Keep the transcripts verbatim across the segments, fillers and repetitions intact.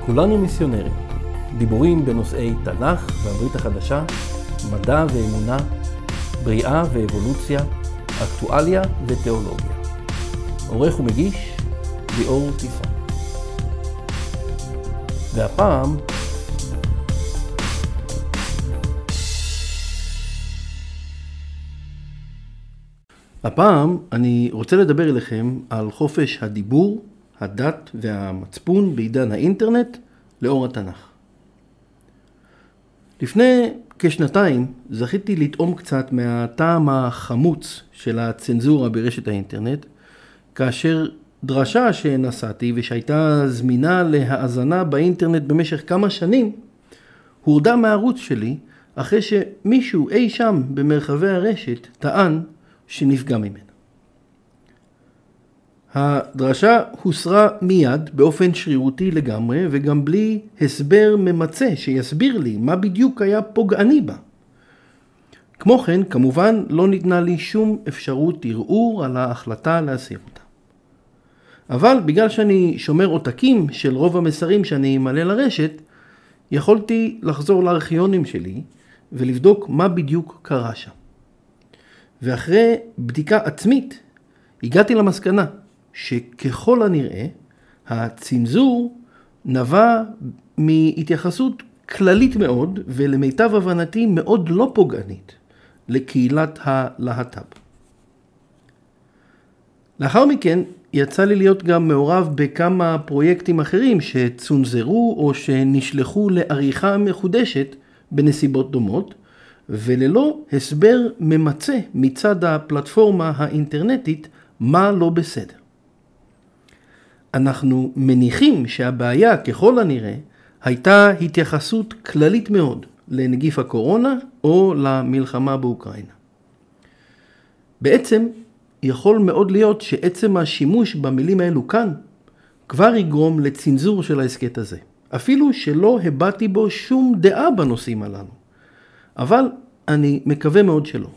כולנו מיסיונרים, דיבורים בנושאי תנ"ך והברית החדשה, מדע ואמונה, בריאה ואבולוציה, אקטואליה ותיאולוגיה. עורך ומגיש, ליאור טיפה. והפעם, הפעם אני רוצה לדבר אליכם על חופש הדיבור, הדת והמצפון בעידן האינטרנט לאור התנ"ך. לפני כשנתיים זכיתי לטעום קצת מהטעם החמוץ של הצנזורה ברשת האינטרנט, כאשר דרשה שנסעתי ושהייתה זמינה להאזנה באינטרנט במשך כמה שנים, הורדה מהערוץ שלי אחרי שמישהו אי שם במרחבי הרשת טען שנפגע ממנה. הדרשה הוסרה מיד באופן שרירותי לגמרי וגם בלי הסבר ממצה שיסביר לי מה בדיוק היה פוגעני בה. כמו כן, כמובן לא ניתנה לי שום אפשרות ערעור על ההחלטה להסיר אותה. אבל בגלל שאני שומר עותקים של רוב המסרים שאני מעלה לרשת, יכולתי לחזור לארכיונים שלי ולבדוק מה בדיוק קרה שם. ואחרי בדיקה עצמית הגעתי למסקנה שככל הנראה הצנזור נבע מהתייחסות כללית מאוד ולמיטב הבנתי מאוד לא פוגענית לקהילת הלהט"ב. לאחר מכן יצא לי להיות גם מעורב בכמה פרויקטים אחרים שצונזרו או שנשלחו לעריכה מחודשת בנסיבות דומות, וללא הסבר ממצה מצד הפלטפורמה האינטרנטית מה לא בסדר. אנחנו מניחים שהבעיה ככל הנראה הייתה התייחסות כללית מאוד לנגיף הקורונה או למלחמה באוקראינה. בעצם יכול מאוד להיות שעצם השימוש במילים האלו כאן כבר יגרום לצנזור של העסקת הזה, אפילו שלא הבאתי בו שום דעה בנושאים הללו. אבל אני מקווה מאוד שלא.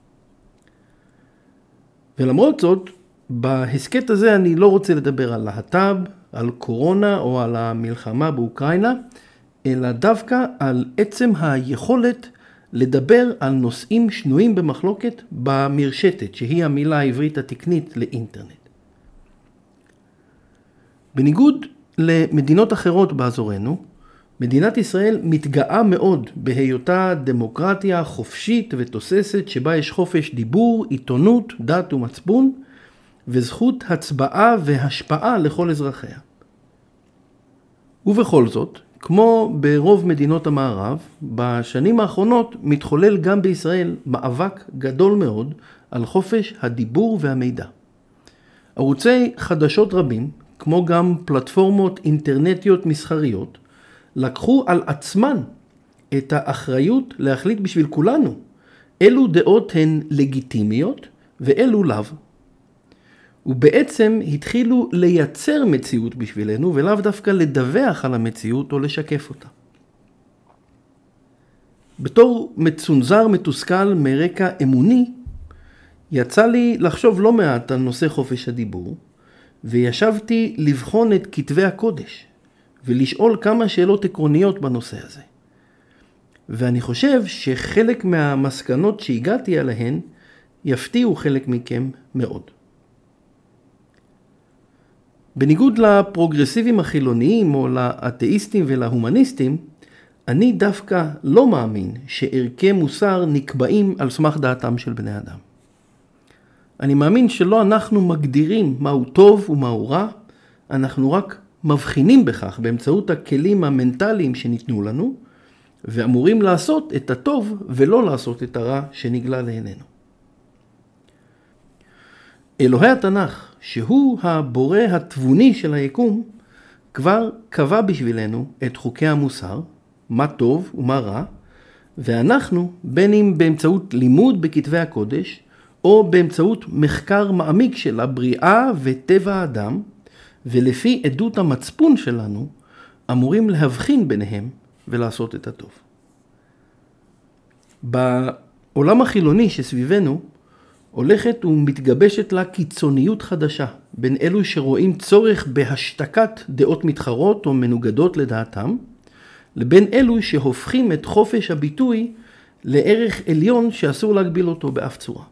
ולמרות זאת, בהסקט הזה אני לא רוצה לדבר על להט"ב, על קורונה או על המלחמה באוקראינה, אלא דווקא על עצם היכולת לדבר על נושאים שנויים במחלוקת במרשתת, שהיא המילה העברית התקנית לאינטרנט. בניגוד למדינות אחרות באזורנו, מדינת ישראל מתגאה מאוד בהיותה דמוקרטיה חופשית ותוססת שבה יש חופש דיבור, עיתונות, דת ומצפון וזכות הצבעה והשפעה לכל אזרחיה. ובכל זאת, כמו ברוב מדינות המערב, בשנים האחרונות מתחולל גם בישראל מאבק גדול מאוד על חופש הדיבור והמידע. ערוצי חדשות רבים, כמו גם פלטפורמות אינטרנטיות מסחריות, לקחו על עצמן את האחריות להחליט בשביל כולנו אילו דעות הן לגיטימיות ואילו לאו. ובעצם התחילו לייצר מציאות בשבילנו ולאו דווקא לדווח על המציאות או לשקף אותה. בתור מצונזר מתוסכל מרקע אמוני, יצא לי לחשוב לא מעט על נושא חופש הדיבור, וישבתי לבחון את כתבי הקודש, ולשאול כמה שאלות עקרוניות בנושא הזה. ואני חושב שחלק מהמסקנות שהגעתי עליהן יפתיעו חלק מכם מאוד. בניגוד לפרוגרסיבים החילוניים או לאתאיסטים ולהומניסטים, אני דווקא לא מאמין שערכי מוסר נקבעים על סמך דעתם של בני אדם. אני מאמין שלא אנחנו מגדירים מהו טוב ומהו רע, אנחנו רק מבחינים בכך באמצעות הכלים המנטליים שניתנו לנו, ואמורים לעשות את הטוב ולא לעשות את הרע שנגלה לעינינו. אלוהי התנ"ך, שהוא הבורא התבוני של היקום, כבר קבע בשבילנו את חוקי המוסר, מה טוב ומה רע, ואנחנו, בין אם באמצעות לימוד בכתבי הקודש, או באמצעות מחקר מעמיק של הבריאה וטבע האדם, ולפי עדות המצפון שלנו, אמורים להבחין ביניהם ולעשות את הטוב. בעולם החילוני שסביבנו, הולכת ומתגבשת לה קיצוניות חדשה בין אלו שרואים צורך בהשתקת דעות מתחרות או מנוגדות לדעתם, לבין אלו שהופכים את חופש הביטוי לערך עליון שאסור להגביל אותו באף צורה.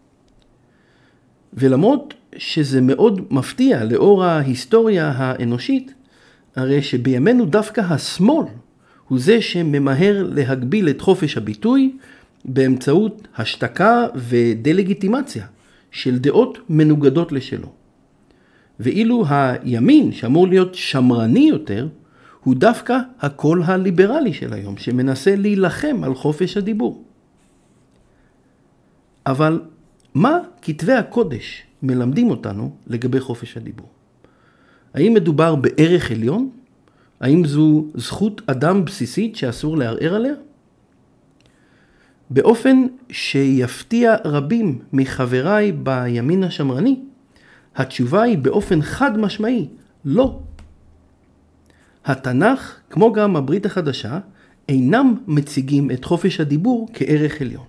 ולמרות שזה מאוד מפתיע לאור ההיסטוריה האנושית, הרי שבימינו דווקא השמאל הוא זה שממהר להגביל את חופש הביטוי באמצעות השתקה ודלגיטימציה של דעות מנוגדות לשלו. ואילו הימין, שאמור להיות שמרני יותר, הוא דווקא הקול הליברלי של היום, שמנסה להילחם על חופש הדיבור. אבל מה כתבי הקודש מלמדים אותנו לגבי חופש הדיבור? האם מדובר בערך עליון? האם זו זכות אדם בסיסית שאסור לערער עליה? באופן שיפתיע רבים מחבריי בימין השמרני, התשובה היא באופן חד משמעי, לא. התנ"ך, כמו גם הברית החדשה, אינם מציגים את חופש הדיבור כערך עליון.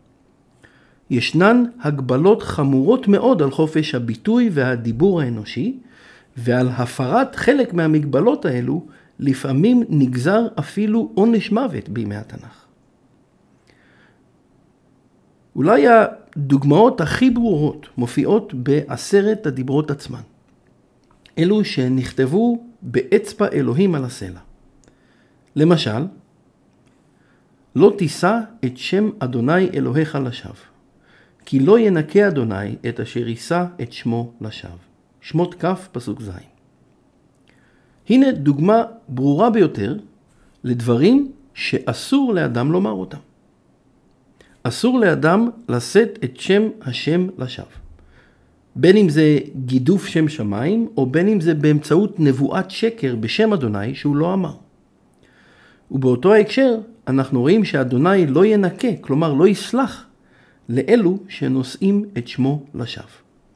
ישנן הגבלות חמורות מאוד על חופש הביטוי והדיבור האנושי, ועל הפרת חלק מהמגבלות האלו לפעמים נגזר אפילו עונש מוות בימי התנ"ך. אולי הדוגמאות הכי ברורות מופיעות בעשרת הדיברות עצמן. אלו שנכתבו באצבע אלוהים על הסלע. למשל, לא תישא את שם אדוני אלוהיך לשווא, כי לא ינקה אדוני את אשר יישא את שמו לשווא. שמות כ' פסוק ז'. הנה דוגמה ברורה ביותר לדברים שאסור לאדם לומר אותם. אסור לאדם לשאת את שם השם לשווא. בין אם זה גידוף שם שמיים, או בין אם זה באמצעות נבואת שקר בשם אדוני שהוא לא אמר. ובאותו ההקשר אנחנו רואים שאדוני לא ינקה, כלומר לא יסלח, לאלו שנושאים את שמו לשווא.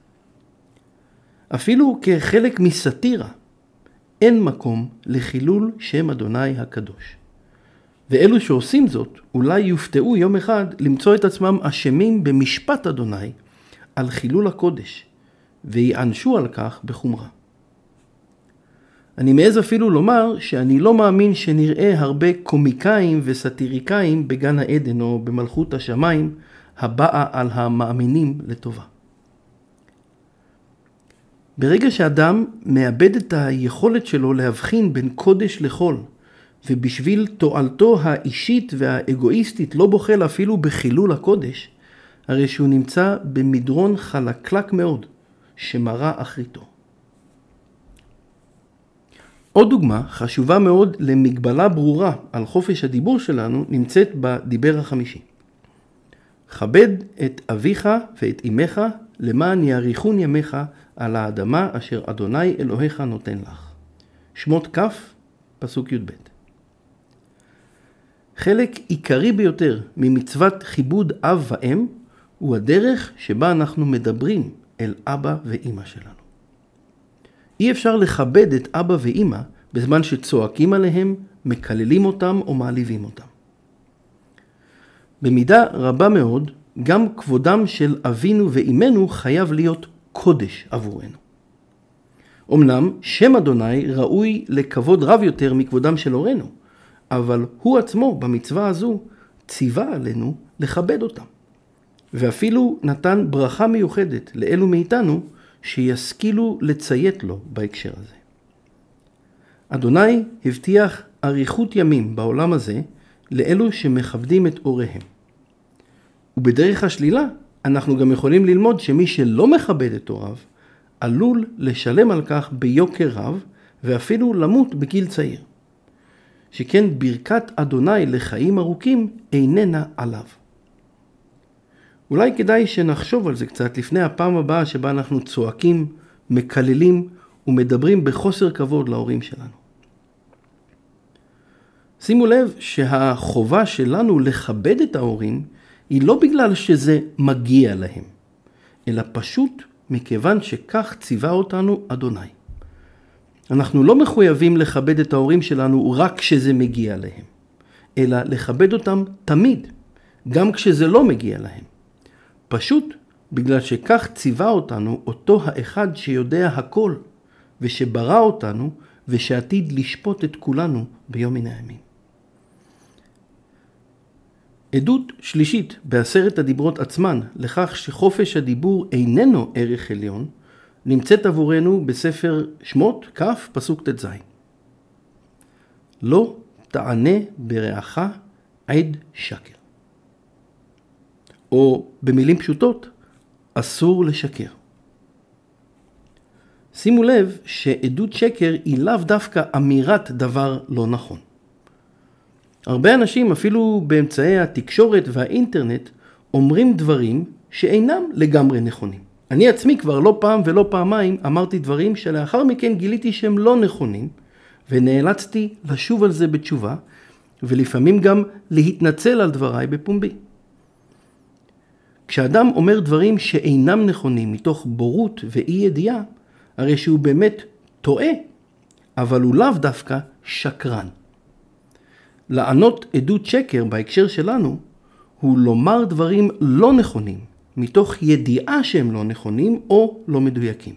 אפילו כחלק מסתירה, אין מקום לחילול שם אדוני הקדוש. ואלו שעושים זאת, אולי יופתעו יום אחד למצוא את עצמם אשמים במשפט אדוני על חילול הקודש, ויענשו על כך בחומרה. אני מעז אפילו לומר שאני לא מאמין שנראה הרבה קומיקאים וסטיריקאים בגן העדן או במלכות השמיים הבאה על המאמינים לטובה. ברגע שאדם מאבד את היכולת שלו להבחין בין קודש לחול, ובשביל תועלתו האישית והאגואיסטית לא בוחל אפילו בחילול הקודש, הרי שהוא נמצא במדרון חלקלק מאוד, שמראה אחריתו. עוד דוגמה חשובה מאוד למגבלה ברורה על חופש הדיבור שלנו נמצאת בדיבר החמישי. כבד את אביך ואת אמך למען יאריכון ימיך על האדמה אשר אדוני אלוהיך נותן לך. שמות כ' פסוק י"ב. חלק עיקרי ביותר ממצוות כיבוד אב ואם הוא הדרך שבה אנחנו מדברים אל אבא ואמא שלנו. אי אפשר לכבד את אבא ואמא בזמן שצועקים עליהם, מקללים אותם או מעליבים אותם. במידה רבה מאוד, גם כבודם של אבינו ואימנו חייב להיות קודש עבורנו. אמנם שם אדוני ראוי לכבוד רב יותר מכבודם של הורינו, אבל הוא עצמו במצווה הזו ציווה עלינו לכבד אותם. ואפילו נתן ברכה מיוחדת לאלו מאיתנו שישכילו לציית לו בהקשר הזה. אדוני הבטיח אריכות ימים בעולם הזה לאלו שמכבדים את הוריהם. ובדרך השלילה אנחנו גם יכולים ללמוד שמי שלא מכבד את הוריו עלול לשלם על כך ביוקר רב ואפילו למות בגיל צעיר. שכן ברכת אדוני לחיים ארוכים איננה עליו. אולי כדאי שנחשוב על זה קצת לפני הפעם הבאה שבה אנחנו צועקים, מקללים ומדברים בחוסר כבוד להורים שלנו. שימו לב שהחובה שלנו לכבד את ההורים היא לא בגלל שזה מגיע להם, אלא פשוט מכיוון שכך ציווה אותנו אדוני. אנחנו לא מחויבים לכבד את ההורים שלנו רק כשזה מגיע להם, אלא לכבד אותם תמיד, גם כשזה לא מגיע להם. פשוט בגלל שכך ציווה אותנו אותו האחד שיודע הכל, ושברא אותנו, ושעתיד לשפוט את כולנו ביום מן הימים. עדות שלישית בעשרת הדיברות עצמן לכך שחופש הדיבור איננו ערך עליון, נמצאת עבורנו בספר שמות כ' פסוק ט"ז. לא תענה ברעך עד שקר. או במילים פשוטות, אסור לשקר. שימו לב שעדות שקר היא לאו דווקא אמירת דבר לא נכון. הרבה אנשים, אפילו באמצעי התקשורת והאינטרנט, אומרים דברים שאינם לגמרי נכונים. אני עצמי כבר לא פעם ולא פעמיים אמרתי דברים שלאחר מכן גיליתי שהם לא נכונים, ונאלצתי לשוב על זה בתשובה, ולפעמים גם להתנצל על דבריי בפומבי. כשאדם אומר דברים שאינם נכונים מתוך בורות ואי ידיעה, הרי שהוא באמת טועה, אבל הוא לאו דווקא שקרן. לענות עדות שקר בהקשר שלנו, הוא לומר דברים לא נכונים, מתוך ידיעה שהם לא נכונים או לא מדויקים.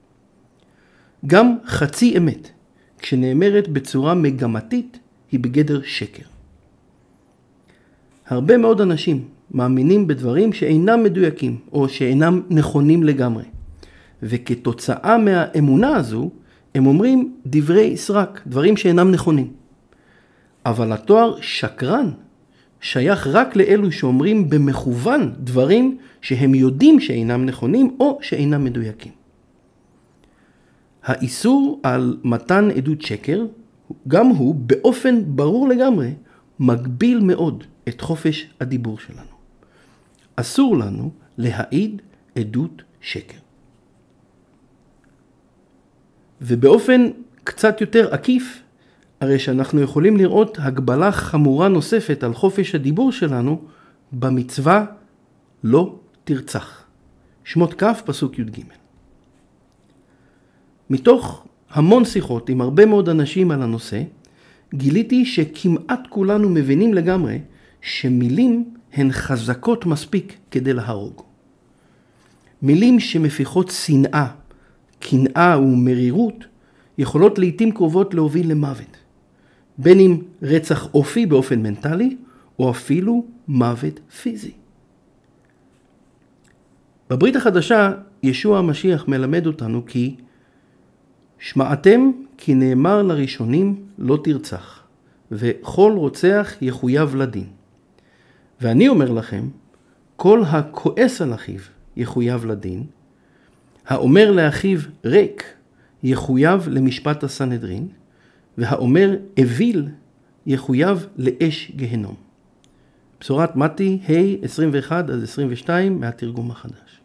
גם חצי אמת, כשנאמרת בצורה מגמתית, היא בגדר שקר. הרבה מאוד אנשים מאמינים בדברים שאינם מדויקים או שאינם נכונים לגמרי. וכתוצאה מהאמונה הזו, הם אומרים דברי סרק, דברים שאינם נכונים. אבל התואר שקרן שייך רק לאלו שאומרים במכוון דברים שהם יודעים שאינם נכונים או שאינם מדויקים. האיסור על מתן עדות שקר, גם הוא באופן ברור לגמרי, מגביל מאוד את חופש הדיבור שלנו. אסור לנו להעיד עדות שקר. ובאופן קצת יותר עקיף, הרי שאנחנו יכולים לראות הגבלה חמורה נוספת על חופש הדיבור שלנו במצווה לא תרצח. שמות כ' פסוק י"ג. מתוך המון שיחות עם הרבה מאוד אנשים על הנושא, גיליתי שכמעט כולנו מבינים לגמרי שמילים הן חזקות מספיק כדי להרוג. מילים שמפיחות שנאה, קנאה ומרירות יכולות לעתים קרובות להוביל למוות. בין אם רצח אופי באופן מנטלי, או אפילו מוות פיזי. בברית החדשה, ישוע המשיח מלמד אותנו כי שמעתם כי נאמר לראשונים לא תרצח, וכל רוצח יחויב לדין. ואני אומר לכם, כל הכועס על אחיו יחויב לדין, האומר לאחיו ריק יחויב למשפט הסנהדרין, והאומר אוויל יחויב לאש גהנום. בשורת מתי ה' עשרים ואחת עד עשרים ושתיים מהתרגום החדש.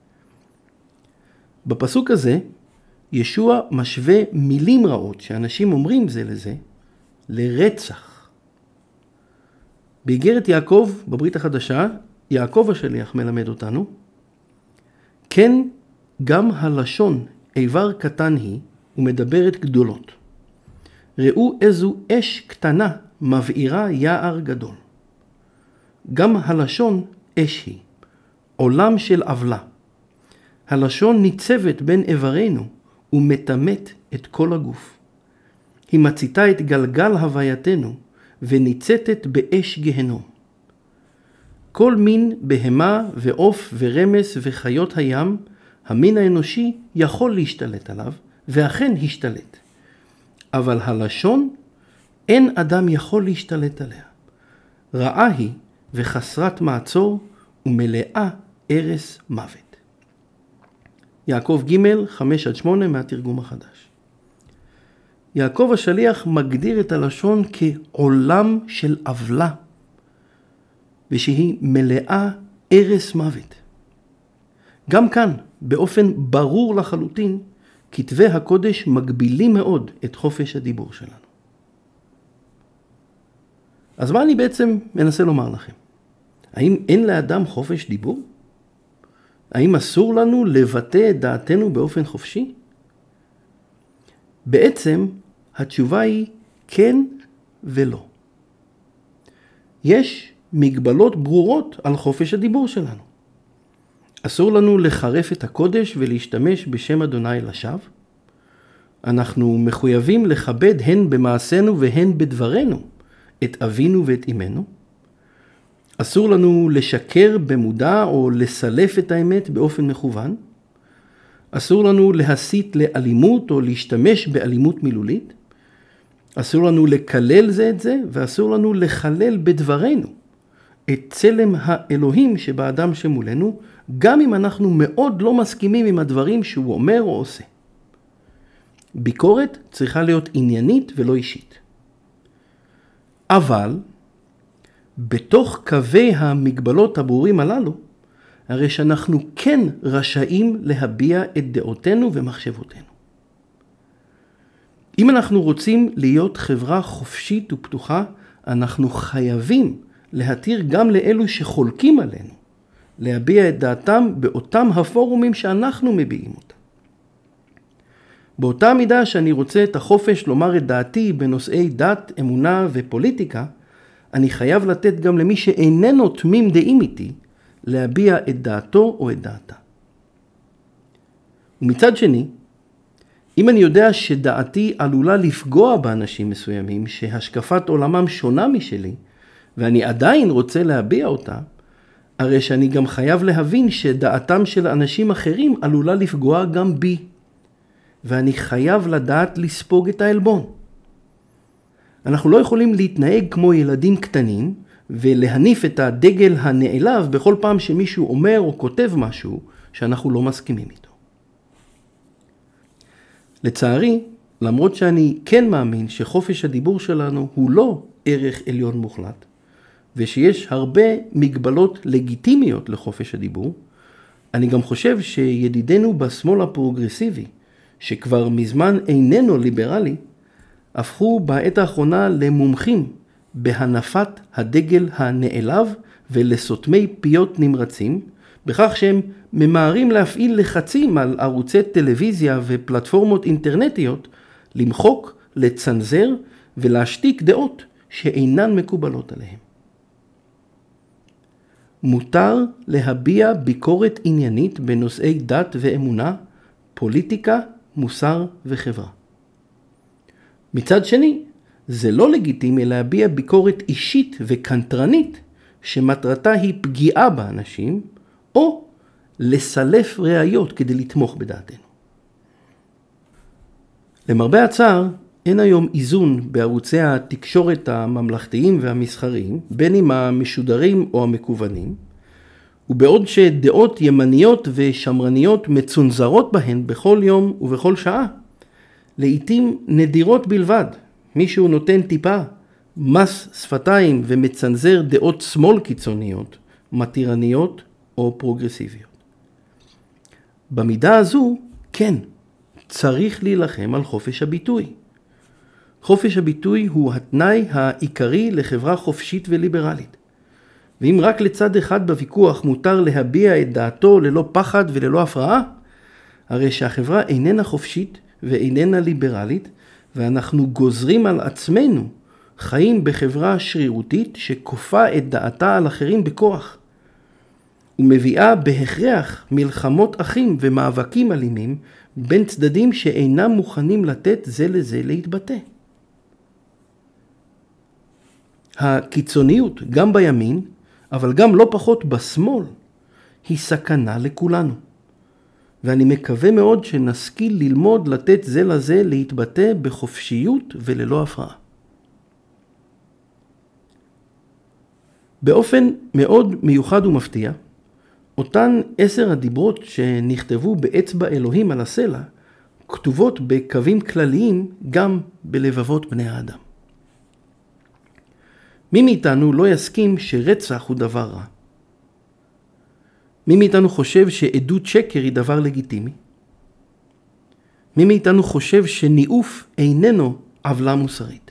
בפסוק הזה ישוע משווה מילים רעות שאנשים אומרים זה לזה לרצח. באיגרת יעקב בברית החדשה, יעקב השליח מלמד אותנו, כן גם הלשון איבר קטן היא ומדברת גדולות. ראו איזו אש קטנה מבעירה יער גדול. גם הלשון אש היא, עולם של עוולה. הלשון ניצבת בין איברנו ומתמת את כל הגוף. היא מציתה את גלגל הווייתנו וניצתת באש גהנום. כל מין בהמה ועוף ורמס וחיות הים, המין האנושי יכול להשתלט עליו, ואכן השתלט. אבל הלשון, אין אדם יכול להשתלט עליה. רעה היא וחסרת מעצור ומלאה הרס מוות. יעקב ג' חמש עד שמונה מהתרגום החדש. יעקב השליח מגדיר את הלשון כעולם של עוולה, ושהיא מלאה הרס מוות. גם כאן, באופן ברור לחלוטין, כתבי הקודש מגבילים מאוד את חופש הדיבור שלנו. אז מה אני בעצם מנסה לומר לכם? האם אין לאדם חופש דיבור? האם אסור לנו לבטא את דעתנו באופן חופשי? בעצם התשובה היא כן ולא. יש מגבלות ברורות על חופש הדיבור שלנו. אסור לנו לחרף את הקודש ולהשתמש בשם אדוני לשווא. אנחנו מחויבים לכבד הן במעשינו והן בדברנו את אבינו ואת אמנו. אסור לנו לשקר במודע או לסלף את האמת באופן מכוון. אסור לנו להסית לאלימות או להשתמש באלימות מילולית. אסור לנו לקלל זה את זה, ואסור לנו לחלל בדברנו את צלם האלוהים שבאדם שמולנו, גם אם אנחנו מאוד לא מסכימים עם הדברים שהוא אומר או עושה. ביקורת צריכה להיות עניינית ולא אישית. אבל בתוך קווי המגבלות הברורים הללו, הרי שאנחנו כן רשאים להביע את דעותינו ומחשבותינו. אם אנחנו רוצים להיות חברה חופשית ופתוחה, אנחנו חייבים להתיר גם לאלו שחולקים עלינו, להביע את דעתם באותם הפורומים שאנחנו מביעים אותם. באותה מידה שאני רוצה את החופש לומר את דעתי בנושאי דת, אמונה ופוליטיקה, אני חייב לתת גם למי שאיננו תמים דעים איתי, להביע את דעתו או את דעתה. ומצד שני, אם אני יודע שדעתי עלולה לפגוע באנשים מסוימים שהשקפת עולמם שונה משלי, ואני עדיין רוצה להביע אותה, הרי שאני גם חייב להבין שדעתם של אנשים אחרים עלולה לפגוע גם בי, ואני חייב לדעת לספוג את העלבון. אנחנו לא יכולים להתנהג כמו ילדים קטנים, ולהניף את הדגל הנעלב בכל פעם שמישהו אומר או כותב משהו שאנחנו לא מסכימים איתו. לצערי, למרות שאני כן מאמין שחופש הדיבור שלנו הוא לא ערך עליון מוחלט, ושיש הרבה מגבלות לגיטימיות לחופש הדיבור, אני גם חושב שידידינו בשמאל הפרוגרסיבי, שכבר מזמן איננו ליברלי, הפכו בעת האחרונה למומחים בהנפת הדגל הנעלב ולסותמי פיות נמרצים, בכך שהם ממהרים להפעיל לחצים על ערוצי טלוויזיה ופלטפורמות אינטרנטיות, למחוק, לצנזר ולהשתיק דעות שאינן מקובלות עליהם. מותר להביע ביקורת עניינית בנושאי דת ואמונה, פוליטיקה, מוסר וחברה. מצד שני, זה לא לגיטימי להביע ביקורת אישית וקנטרנית שמטרתה היא פגיעה באנשים או לסלף ראיות כדי לתמוך בדעתנו. למרבה הצער, אין היום איזון בערוצי התקשורת הממלכתיים והמסחריים, בין אם המשודרים או המקוונים, ובעוד שדעות ימניות ושמרניות מצונזרות בהן בכל יום ובכל שעה, לעתים נדירות בלבד, מישהו נותן טיפה, מס שפתיים ומצנזר דעות שמאל קיצוניות, מתירניות או פרוגרסיביות. במידה הזו, כן, צריך להילחם על חופש הביטוי. חופש הביטוי הוא התנאי העיקרי לחברה חופשית וליברלית. ואם רק לצד אחד בוויכוח מותר להביע את דעתו ללא פחד וללא הפרעה, הרי שהחברה איננה חופשית ואיננה ליברלית, ואנחנו גוזרים על עצמנו חיים בחברה שרירותית שכופה את דעתה על אחרים בכוח, ומביאה בהכרח מלחמות אחים ומאבקים אלימים בין צדדים שאינם מוכנים לתת זה לזה להתבטא. הקיצוניות, גם בימין, אבל גם לא פחות בשמאל, היא סכנה לכולנו. ואני מקווה מאוד שנשכיל ללמוד לתת זה לזה להתבטא בחופשיות וללא הפרעה. באופן מאוד מיוחד ומפתיע, אותן עשר הדיברות שנכתבו באצבע אלוהים על הסלע, כתובות בקווים כלליים גם בלבבות בני האדם. מי מאיתנו לא יסכים שרצח הוא דבר רע? מי מאיתנו חושב שעדות שקר היא דבר לגיטימי? מי מאיתנו חושב שניאוף איננו עוולה מוסרית?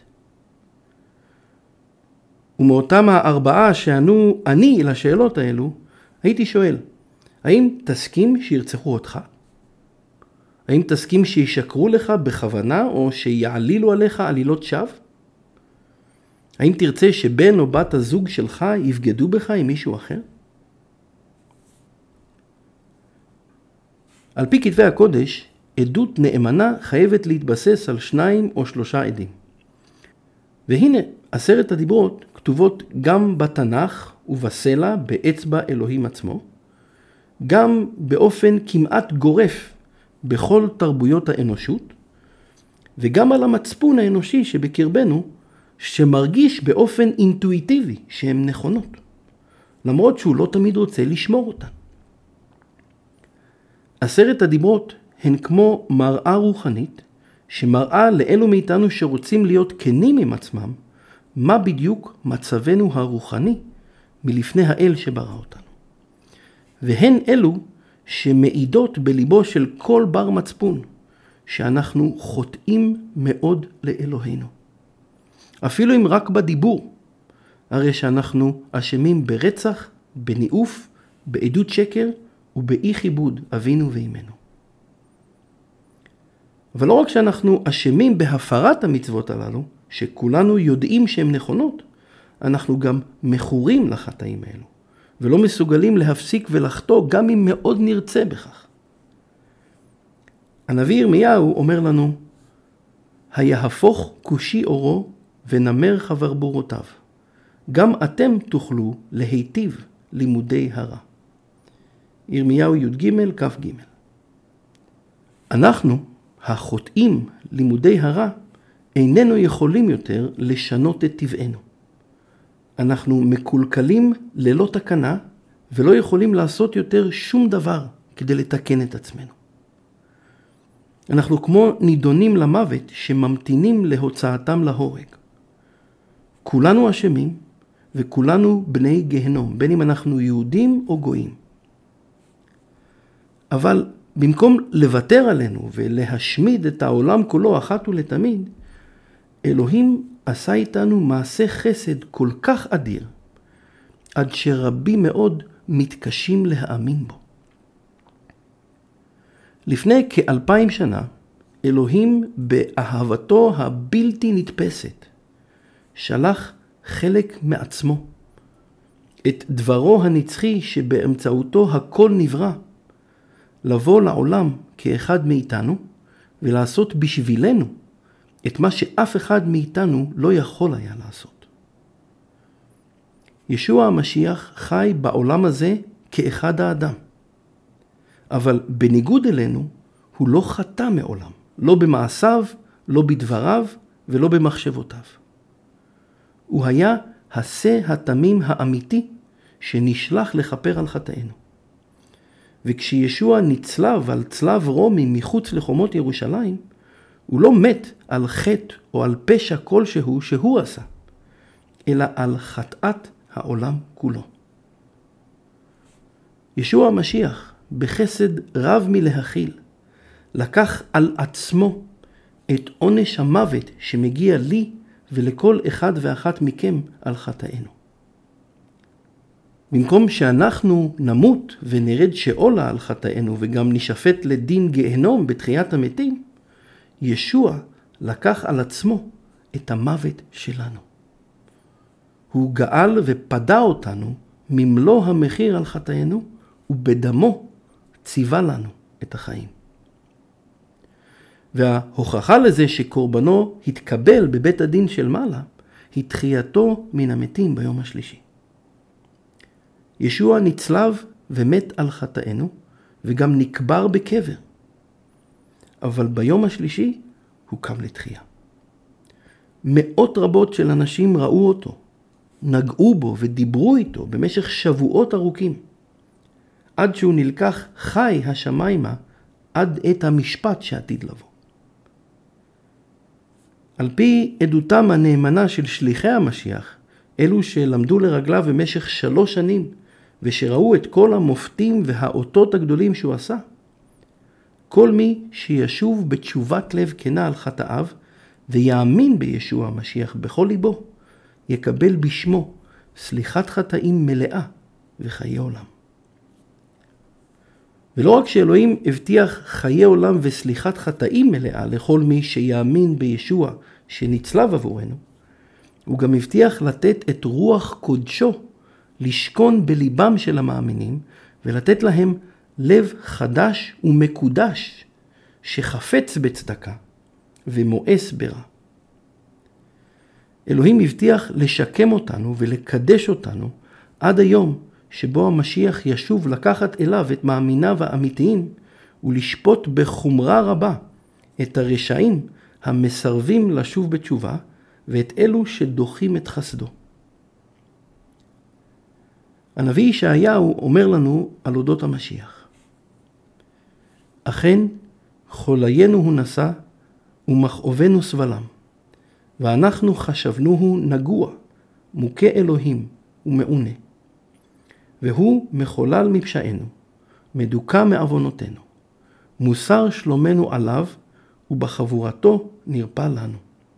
ומאותם הארבעה שענו אני לשאלות האלו, הייתי שואל, האם תסכים שירצחו אותך? האם תסכים שישקרו לך בכוונה או שיעלילו עליך עלילות שווא? האם תרצה שבן או בת הזוג שלך יבגדו בך עם מישהו אחר? על פי כתבי הקודש, עדות נאמנה חייבת להתבסס על שניים או שלושה עדים. והנה, עשרת הדיברות כתובות גם בתנ"ך ובסלע באצבע אלוהים עצמו, גם באופן כמעט גורף בכל תרבויות האנושות, וגם על המצפון האנושי שבקרבנו, שמרגיש באופן אינטואיטיבי שהן נכונות, למרות שהוא לא תמיד רוצה לשמור אותן. עשרת הדיברות הן כמו מראה רוחנית, שמראה לאלו מאיתנו שרוצים להיות כנים עם עצמם, מה בדיוק מצבנו הרוחני מלפני האל שברא אותנו. והן אלו שמעידות בליבו של כל בר מצפון, שאנחנו חוטאים מאוד לאלוהינו. אפילו אם רק בדיבור, הרי שאנחנו אשמים ברצח, בניאוף, בעדות שקר ובאי כיבוד אבינו ואימנו. אבל לא רק שאנחנו אשמים בהפרת המצוות הללו, שכולנו יודעים שהן נכונות, אנחנו גם מכורים לחטאים האלו, ולא מסוגלים להפסיק ולחטוא גם אם מאוד נרצה בכך. הנביא ירמיהו אומר לנו, היהפוך כושי אורו ונמר חברבורותיו. גם אתם תוכלו להיטיב לימודי הרע. ירמיהו י"ג כ"ג. אנחנו, החוטאים לימודי הרע, איננו יכולים יותר לשנות את טבענו. אנחנו מקולקלים ללא תקנה, ולא יכולים לעשות יותר שום דבר כדי לתקן את עצמנו. אנחנו כמו נידונים למוות שממתינים להוצאתם להורג. כולנו אשמים וכולנו בני גהנום, בין אם אנחנו יהודים או גויים. אבל במקום לוותר עלינו ולהשמיד את העולם כולו אחת ולתמיד, אלוהים עשה איתנו מעשה חסד כל כך אדיר, עד שרבים מאוד מתקשים להאמין בו. לפני כאלפיים שנה, אלוהים באהבתו הבלתי נתפסת, שלח חלק מעצמו, את דברו הנצחי שבאמצעותו הכל נברא, לבוא לעולם כאחד מאיתנו ולעשות בשבילנו את מה שאף אחד מאיתנו לא יכול היה לעשות. ישוע המשיח חי בעולם הזה כאחד האדם. אבל בניגוד אלינו, הוא לא חטא מעולם, לא במעשיו, לא בדבריו ולא במחשבותיו. הוא היה השה התמים האמיתי שנשלח לכפר על חטאינו. וכשישוע נצלב על צלב רומי מחוץ לחומות ירושלים, הוא לא מת על חטא או על פשע כלשהו שהוא עשה, אלא על חטאת העולם כולו. ישוע המשיח, בחסד רב מלהכיל, לקח על עצמו את עונש המוות שמגיע לי ולכל אחד ואחת מכם על חטאינו. במקום שאנחנו נמות ונרד שאולה על חטאינו וגם נשפט לדין גיהנום בתחיית המתים, ישוע לקח על עצמו את המוות שלנו. הוא גאל ופדה אותנו ממלוא המחיר על חטאינו, ובדמו ציווה לנו את החיים. וההוכחה לזה שקורבנו התקבל בבית הדין של מעלה, היא תחייתו מן המתים ביום השלישי. ישוע נצלב ומת על חטאינו, וגם נקבר בקבר. אבל ביום השלישי הוא קם לתחייה. מאות רבות של אנשים ראו אותו, נגעו בו ודיברו איתו במשך שבועות ארוכים, עד שהוא נלקח חי השמיימה עד עת המשפט שעתיד לבוא. על פי עדותם הנאמנה של שליחי המשיח, אלו שלמדו לרגליו במשך שלוש שנים, ושראו את כל המופתים והאותות הגדולים שהוא עשה, כל מי שישוב בתשובת לב כנה על חטאיו, ויאמין בישוע המשיח בכל ליבו, יקבל בשמו סליחת חטאים מלאה וחיי עולם. ולא רק שאלוהים הבטיח חיי עולם וסליחת חטאים מלאה לכל מי שיאמין בישוע שנצלב עבורנו, הוא גם הבטיח לתת את רוח קודשו לשכון בליבם של המאמינים, ולתת להם לב חדש ומקודש שחפץ בצדקה ומואס ברע. אלוהים הבטיח לשקם אותנו ולקדש אותנו עד היום שבו המשיח ישוב לקחת אליו את מאמיניו האמיתיים ולשפוט בחומרה רבה את הרשעים המסרבים לשוב בתשובה ואת אלו שדוחים את חסדו. הנביא ישעיהו אומר לנו על אודות המשיח. אכן חוליינו הוא נשא ומכאובנו סבלם, ואנחנו חשבנוהו נגוע, מוכה אלוהים ומעונה. והוא מחולל מפשענו, מדוכא מעוונותינו, מוסר שלומנו עליו, ובחבורתו נרפא לנו.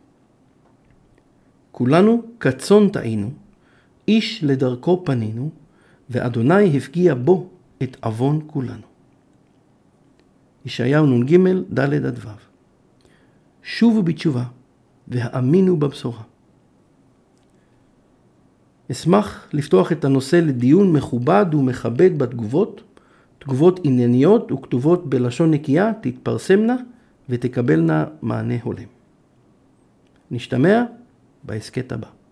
כולנו כצאן טעינו, איש לדרכו פנינו, ואדוני הפגיע בו את עוון כולנו. ישעיהו נ"ג ד' עד ו'. שובו בתשובה והאמינו בבשורה. אשמח לפתוח את הנושא לדיון מכובד ומכבד בתגובות. תגובות ענייניות וכתובות בלשון נקייה תתפרסמנה ותקבלנה מענה הולם. נשתמע בהסכת הבא.